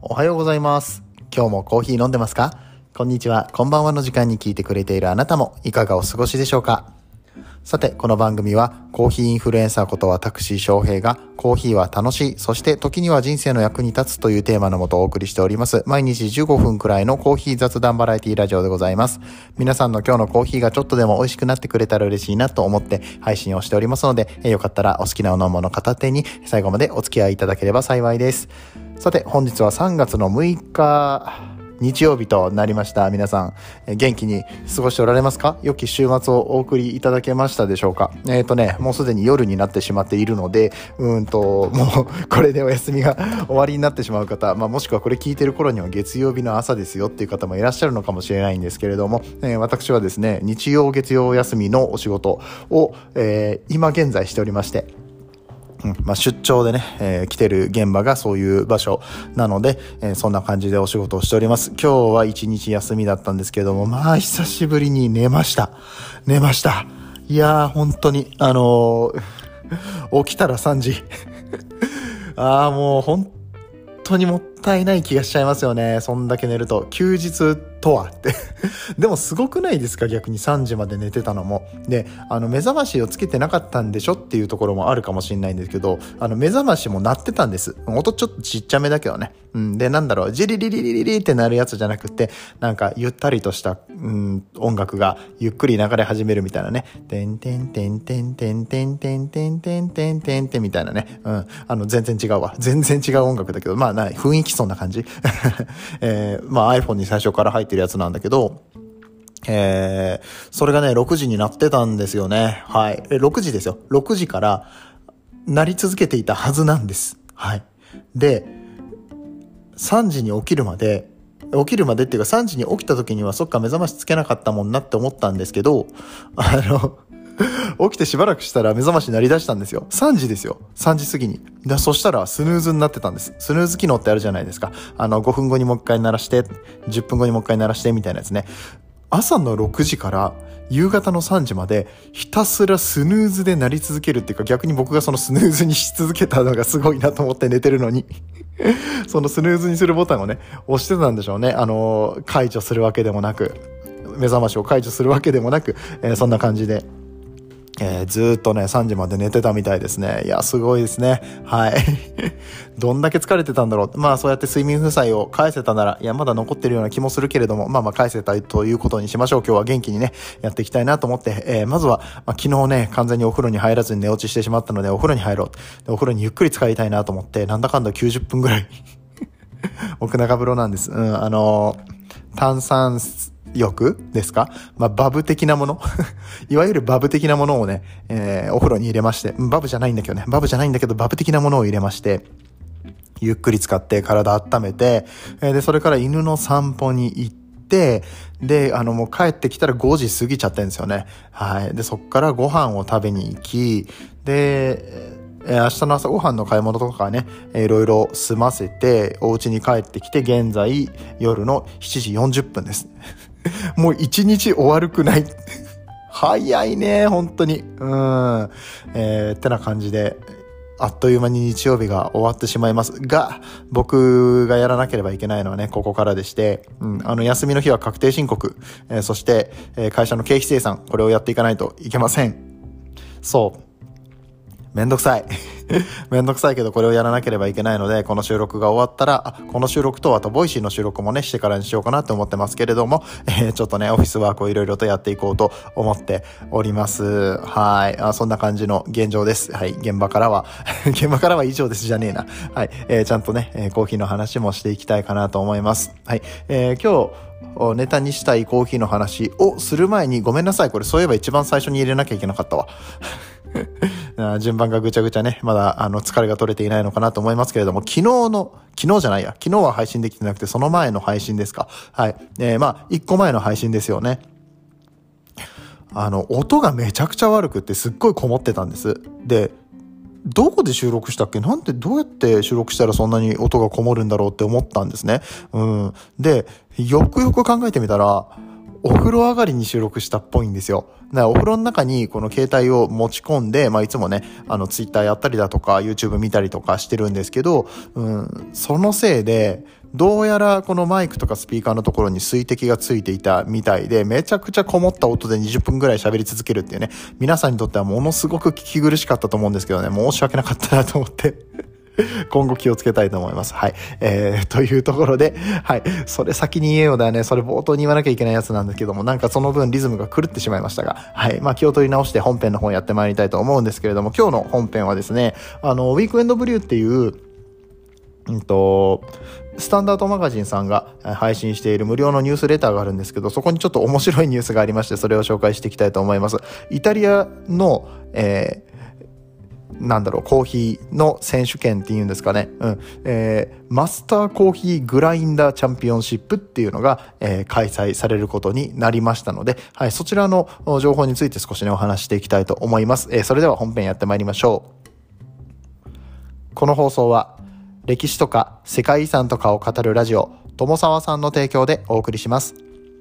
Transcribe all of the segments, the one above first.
おはようございます。今日もコーヒー飲んでますか？こんにちは、こんばんはの時間に聞いてくれているあなたもいかがお過ごしでしょうか？さて、この番組はコーヒーインフルエンサーこと私翔平がコーヒーは楽しい、そして時には人生の役に立つというテーマのもとお送りしております。毎日15分くらいのコーヒー雑談バラエティラジオでございます。皆さんの今日のコーヒーがちょっとでも美味しくなってくれたら嬉しいなと思って配信をしておりますので、よかったらお好きなお飲み物片手に最後までお付き合いいただければ幸いです。さて、本日は3月の6日日曜日となりました。皆さん、元気に過ごしておられますか？良き週末をお送りいただけましたでしょうか？もうすでに夜になってしまっているので、もうこれでお休みが終わりになってしまう方、もしくはこれ聞いてる頃には月曜日の朝ですよっていう方もいらっしゃるのかもしれないんですけれども、私はですね、日曜月曜休みのお仕事を、今現在しておりまして、出張でね、来てる現場がそういう場所なので、そんな感じでお仕事をしております。今日は一日休みだったんですけども、久しぶりに寝ました。いやー、本当に、起きたら3時。もう本当にもったいない気がしちゃいますよね。そんだけ寝ると。休日とはってでもすごくないですか？逆に3時まで寝てたのも。で、目覚ましをつけてなかったんでしょっていうところもあるかもしれないんですけど、目覚ましも鳴ってたんです。音ちょっとちっちゃめだけどね。で、ジリリリリリリって鳴るやつじゃなくて、なんかゆったりとした、音楽がゆっくり流れ始めるみたいなね。てんてんてんてんてんてんてんてんてんてんてんてんみたいなね。全然違うわ。全然違う音楽だけど、雰囲気そんな感じ。iPhone に最初から入ってるやつなんだけど、それがね、6時になってたんですよね。はい。6時ですよ。6時から鳴り続けていたはずなんです。はい。で、3時に起きるまでっていうか3時に起きた時にはそっか目覚ましつけなかったもんなって思ったんですけど、起きてしばらくしたら目覚まし鳴り出したんですよ。3時ですよ。3時過ぎに。そしたらスヌーズになってたんです。スヌーズ機能ってあるじゃないですか。5分後にもう一回鳴らして、10分後にもう一回鳴らしてみたいなやつね。朝の6時から夕方の3時までひたすらスヌーズで鳴り続けるっていうか、逆に僕がそのスヌーズにし続けたのがすごいなと思って寝てるのにそのスヌーズにするボタンをね、押してたんでしょうね。解除するわけでもなく、目覚ましを解除するわけでもなく、そんな感じでずーっとね3時まで寝てたみたいですね。いや、すごいですね。はいどんだけ疲れてたんだろう。そうやって睡眠負債を返せたなら、いやまだ残ってるような気もするけれども、返せたということにしましょう。今日は元気にねやっていきたいなと思って、まずは、昨日ね完全にお風呂に入らずに寝落ちしてしまったので、お風呂に入ろう。でお風呂にゆっくり浸かりたいなと思って、なんだかんだ90分ぐらい奥中風呂なんです。炭酸浴ですか？バブ的なものいわゆるバブ的なものをね、お風呂に入れまして、バブじゃないんだけどバブ的なものを入れまして、ゆっくり使って体温めて、でそれから犬の散歩に行って、でもう帰ってきたら5時過ぎちゃってるんですよね。はい。でそっからご飯を食べに行き、で明日の朝ご飯の買い物とかね、いろいろ済ませてお家に帰ってきて、現在夜の7時40分ですもう一日終わるくない早いね本当に。ってな感じで、あっという間に日曜日が終わってしまいますが、僕がやらなければいけないのはねここからでして、休みの日は確定申告、そして、会社の経費精算、これをやっていかないといけません。そうめんどくさいけどこれをやらなければいけないので、この収録が終わったら、この収録とあとボイシーの収録もねしてからにしようかなと思ってますけれども、ちょっとねオフィスワークをいろいろとやっていこうと思っております。はい。そんな感じの現状です。はい。現場からは以上ですじゃねえな。はい。ちゃんとね、コーヒーの話もしていきたいかなと思います。はい。今日ネタにしたいコーヒーの話をする前に、ごめんなさい。これそういえば一番最初に入れなきゃいけなかったわ順番がぐちゃぐちゃね。まだ疲れが取れていないのかなと思いますけれども、昨日は配信できてなくて、その前の配信ですか。はい。1個前の配信ですよね。音がめちゃくちゃ悪くってすっごいこもってたんです。で、どこで収録したっけ？どうやって収録したらそんなに音がこもるんだろうって思ったんですね。で、よくよく考えてみたら、お風呂上がりに収録したっぽいんですよ。だからお風呂の中にこの携帯を持ち込んで、いつもね、Twitter やったりだとか、YouTube 見たりとかしてるんですけど、そのせいで、 どうやらこのマイクとかスピーカーのところに水滴がついていたみたいで、めちゃくちゃこもった音で20分ぐらい喋り続けるっていうね、皆さんにとってはものすごく聞き苦しかったと思うんですけどね、申し訳なかったなと思って今後気をつけたいと思います。はい。というところで、はい。それ先に言えようだよね。それ冒頭に言わなきゃいけないやつなんですけども、なんかその分リズムが狂ってしまいましたが、はい。まあ気を取り直して本編の方やってまいりたいと思うんですけれども、今日の本編はですね、ウィークエンドブリューっていう、スタンダードマガジンさんが配信している無料のニュースレターがあるんですけど、そこにちょっと面白いニュースがありまして、それを紹介していきたいと思います。イタリアの、コーヒーの選手権っていうんですかね。マスターコーヒーグラインダーチャンピオンシップっていうのが、開催されることになりましたので、はい、そちらの情報について少しね、お話していきたいと思います。それでは本編やってまいりましょう。この放送は、歴史とか世界遺産とかを語るラジオ、友沢さんの提供でお送りします。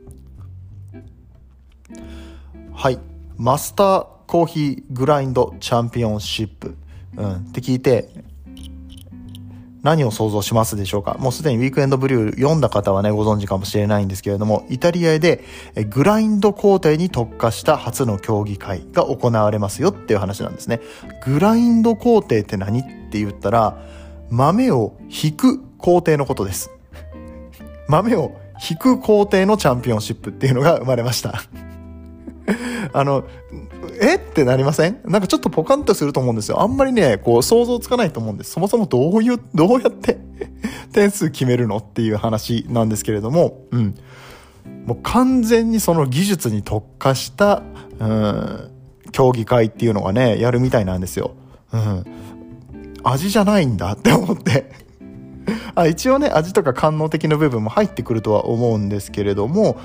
はい、マスターコーヒーグラインドチャンピオンシップ、って聞いて何を想像しますでしょうか。もうすでにウィークエンドブリュー読んだ方はねご存知かもしれないんですけれども、イタリアでグラインド工程に特化した初の競技会が行われますよっていう話なんですね。グラインド工程って何って言ったら、豆をひく工程のことです。豆をひく工程のチャンピオンシップっていうのが生まれましたってなりません？なんかちょっとポカンとすると思うんですよ。あんまりね、こう想像つかないと思うんです。そもそもどうやって点数決めるのっていう話なんですけれども、もう完全にその技術に特化した、競技会っていうのがね、やるみたいなんですよ。味じゃないんだって思って一応ね、味とか官能的な部分も入ってくるとは思うんですけれども、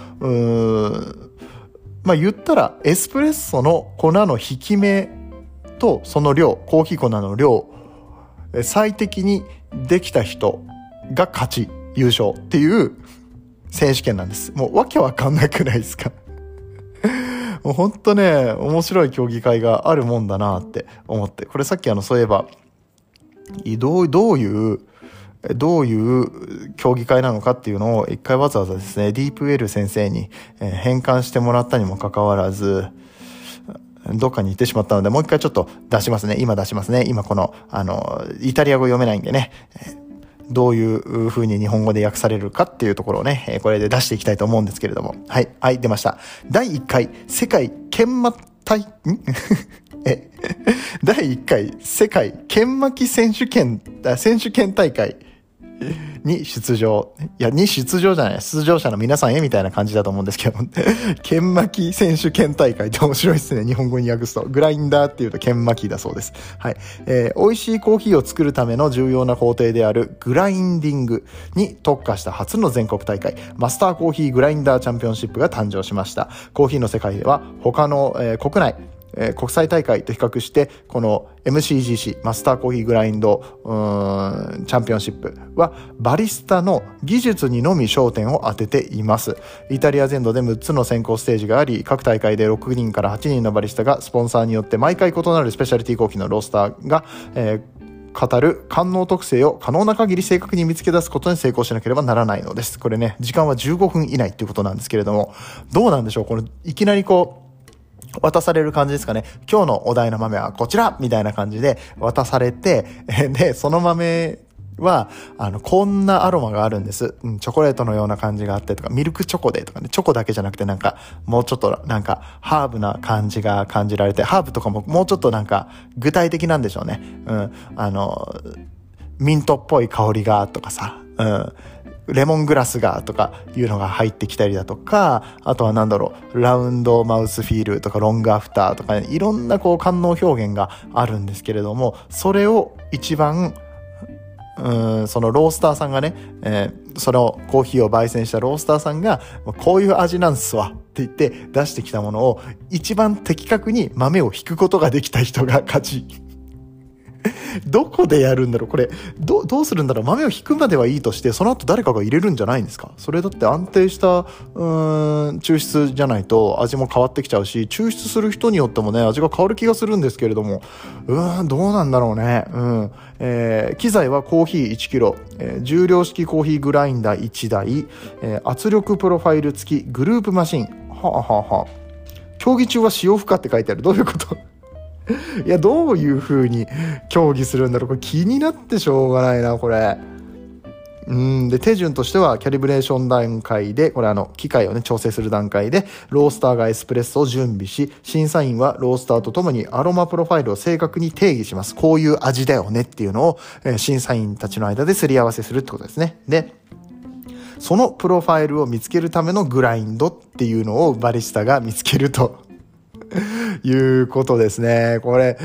まあ言ったらエスプレッソの粉の引き目とその量、コーヒー粉の量、最適にできた人が勝ち、優勝っていう選手権なんです。もうわけわかんなくないですかもうほんとね、面白い競技会があるもんだなって思って。これさっきそういえば、どういう競技会なのかっていうのを一回わざわざですね、ディープエル先生に変換してもらったにもかかわらず、どっかに行ってしまったので、もう一回ちょっと出しますね。今この、イタリア語読めないんでね、どういう風に日本語で訳されるかっていうところをね、これで出していきたいと思うんですけれども。はい、出ました。第1回世界研磨第1回世界研磨機選手権大会に出場じゃない、出場者の皆さんへみたいな感じだと思うんですけど研磨機選手権大会って面白いですね。日本語に訳すとグラインダーっていうと研磨機だそうです。はい。美味しいコーヒーを作るための重要な工程であるグラインディングに特化した初の全国大会、マスターコーヒーグラインダーチャンピオンシップが誕生しました。コーヒーの世界では他の、国内国際大会と比較してこの MCGC マスターコーヒーグラインドチャンピオンシップはバリスタの技術にのみ焦点を当てています。イタリア全土で6つの選考ステージがあり、各大会で6人から8人のバリスタがスポンサーによって毎回異なるスペシャリティコーヒーのロースターが、語る官能特性を可能な限り正確に見つけ出すことに成功しなければならないのです。これね、時間は15分以内ということなんですけれども、どうなんでしょう。これいきなり渡される感じですかね。今日のお題の豆はこちらみたいな感じで渡されて、で、その豆は、こんなアロマがあるんです。チョコレートのような感じがあってとか、ミルクチョコでとかね、チョコだけじゃなくてなんか、もうちょっとなんか、ハーブな感じが感じられて、ハーブとかももうちょっとなんか、具体的なんでしょうね。ミントっぽい香りがとかさ、レモングラスがとかいうのが入ってきたりだとか、あとはラウンドマウスフィールとかロングアフターとか、ね、いろんな官能表現があるんですけれども、それを一番そのロースターさんがね、そのコーヒーを焙煎したロースターさんがこういう味なんすわって言って出してきたものを一番的確に豆を引くことができた人が勝ちどこでやるんだろうこれ、どうするんだろう。豆を引くまではいいとして、その後誰かが入れるんじゃないんですか？それだって安定した抽出じゃないと味も変わってきちゃうし、抽出する人によってもね味が変わる気がするんですけれども、どうなんだろうね。機材はコーヒー 1kg、重量式コーヒーグラインダー1台、圧力プロファイル付きグループマシン。競技中は使用不可って書いてある。どういうこといや、どういう風に競技するんだろう。これ気になってしょうがないな、これ。で、手順としてはキャリブレーション段階で、これ機械をね調整する段階でロースターがエスプレッソを準備し、審査員はロースターとともにアロマプロファイルを正確に定義します。こういう味だよねっていうのを、審査員たちの間ですり合わせするってことですね。で、そのプロファイルを見つけるためのグラインドっていうのをバリスタが見つけるということですね。これ、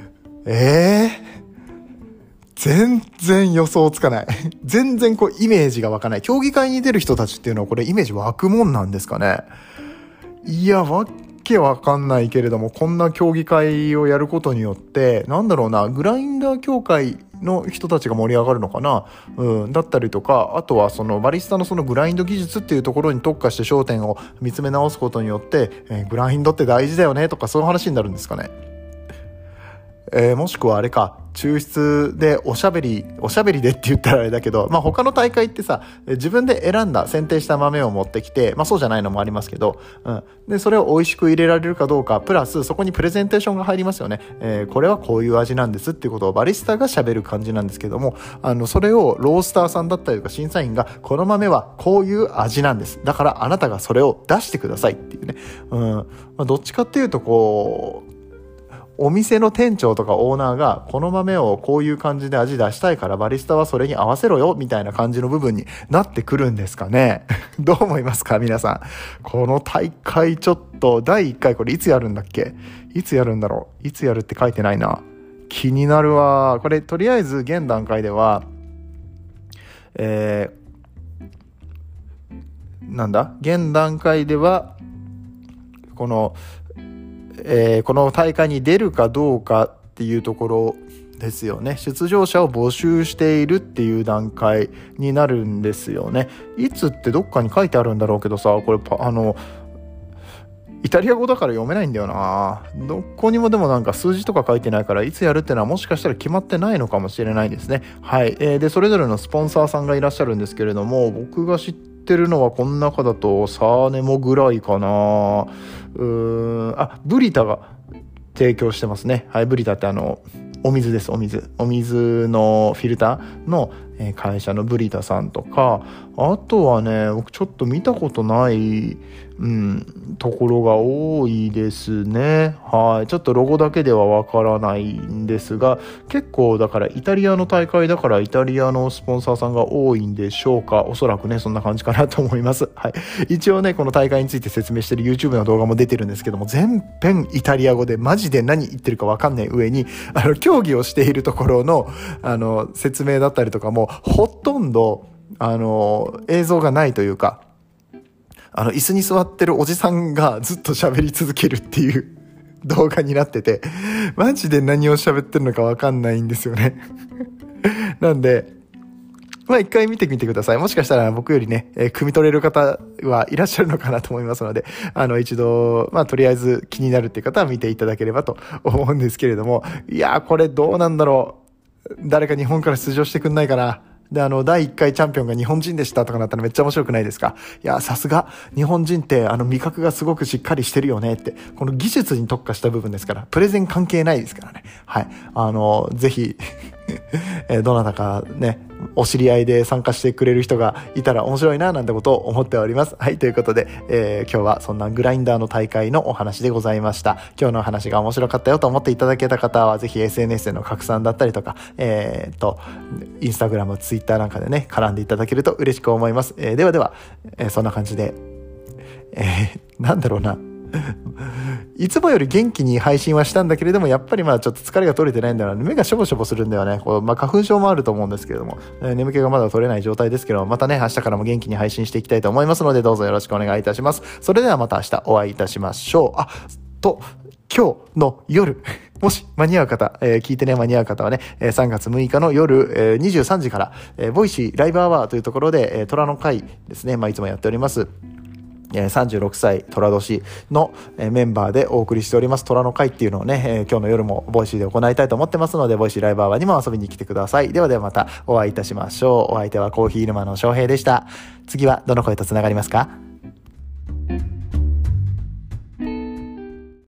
全然予想つかない。全然イメージが湧かない。競技会に出る人たちっていうのはこれイメージ湧くもんなんですかね。いや、わけわかんないけれども、こんな競技会をやることによって、グラインダー協会の人たちが盛り上がるのかな、だったりとか、あとはそのバリスタのそのグラインド技術っていうところに特化して焦点を見つめ直すことによって、グラインドって大事だよねとか、そういう話になるんですかね。もしくはあれか、抽出でおしゃべりでって言ったらあれだけど、他の大会ってさ、自分で選定した豆を持ってきて、そうじゃないのもありますけど、で、それを美味しく入れられるかどうか、プラスそこにプレゼンテーションが入りますよね。これはこういう味なんですっていうことをバリスタが喋る感じなんですけども、それをロースターさんだったりとか審査員が、この豆はこういう味なんです。だからあなたがそれを出してくださいっていうね。どっちかっていうとお店の店長とかオーナーがこの豆をこういう感じで味出したいからバリスタはそれに合わせろよみたいな感じの部分になってくるんですかね。どう思いますか皆さん。この大会ちょっと第1回これいつやるんだっけ？いつやるんだろう？いつやるって書いてないな。気になるわ。これとりあえず現段階では現段階ではこの大会に出るかどうかっていうところですよね。出場者を募集しているっていう段階になるんですよね。いつってどっかに書いてあるんだろうけどさ、これイタリア語だから読めないんだよな。どこにもでも数字とか書いてないから、いつやるってのはもしかしたら決まってないのかもしれないですね。はい。で、それぞれのスポンサーさんがいらっしゃるんですけれども、僕が知ってるのはこの中だとサーネモぐらいかな。ブリタが提供してますね。はい、ブリタってお水です。お水のフィルターの会社のブリタさんとか、あとはね、僕ちょっと見たことないところが多いですね。はい。ちょっとロゴだけではわからないんですが、結構だからイタリアの大会だからイタリアのスポンサーさんが多いんでしょうか。おそらくね、そんな感じかなと思います。はい。一応ね、この大会について説明してる YouTube の動画も出てるんですけども、全編イタリア語でマジで何言ってるかわかんない上に、競技をしているところの、説明だったりとかも、ほとんど、映像がないというか、椅子に座ってるおじさんがずっと喋り続けるっていう動画になってて、マジで何を喋ってるのかわかんないんですよね。なんで、一回見てみてください。もしかしたら僕よりね、汲み取れる方はいらっしゃるのかなと思いますので、一度、とりあえず気になるっていう方は見ていただければと思うんですけれども、いやー、これどうなんだろう。誰か日本から出場してくんないかな。で、第1回チャンピオンが日本人でしたとかなったらめっちゃ面白くないですか？いや、さすが、日本人って、味覚がすごくしっかりしてるよねって、この技術に特化した部分ですから、プレゼン関係ないですからね。はい。ぜひ、どなたかね、お知り合いで参加してくれる人がいたら面白いななんてことを思っております。はい、ということで、今日はそんなグラインダーの大会のお話でございました。今日の話が面白かったよと思っていただけた方は、ぜひ SNS での拡散だったりとか、インスタグラム、ツイッターなんかでね、絡んでいただけると嬉しく思います。では、そんな感じで、なんだろうな。いつもより元気に配信はしたんだけれども、やっぱりちょっと疲れが取れてないんだよな。目がしょぼしょぼするんだよね。花粉症もあると思うんですけれども、眠気がまだ取れない状態ですけども、またね、明日からも元気に配信していきたいと思いますので、どうぞよろしくお願いいたします。それではまた明日お会いいたしましょう。今日の夜もし間に合う方、聞いてね間に合う方はね、3月6日の夜、23時から、ボイシーライブアワーというところで、虎の会ですね、いつもやっております。36歳虎年のメンバーでお送りしております虎の会っていうのをね、今日の夜もボイシーで行いたいと思ってますので、ボイシーライブアワーにも遊びに来てください。ではではまたお会いいたしましょう。お相手はコーヒー沼の翔平でした。次はどの声とつながりますか？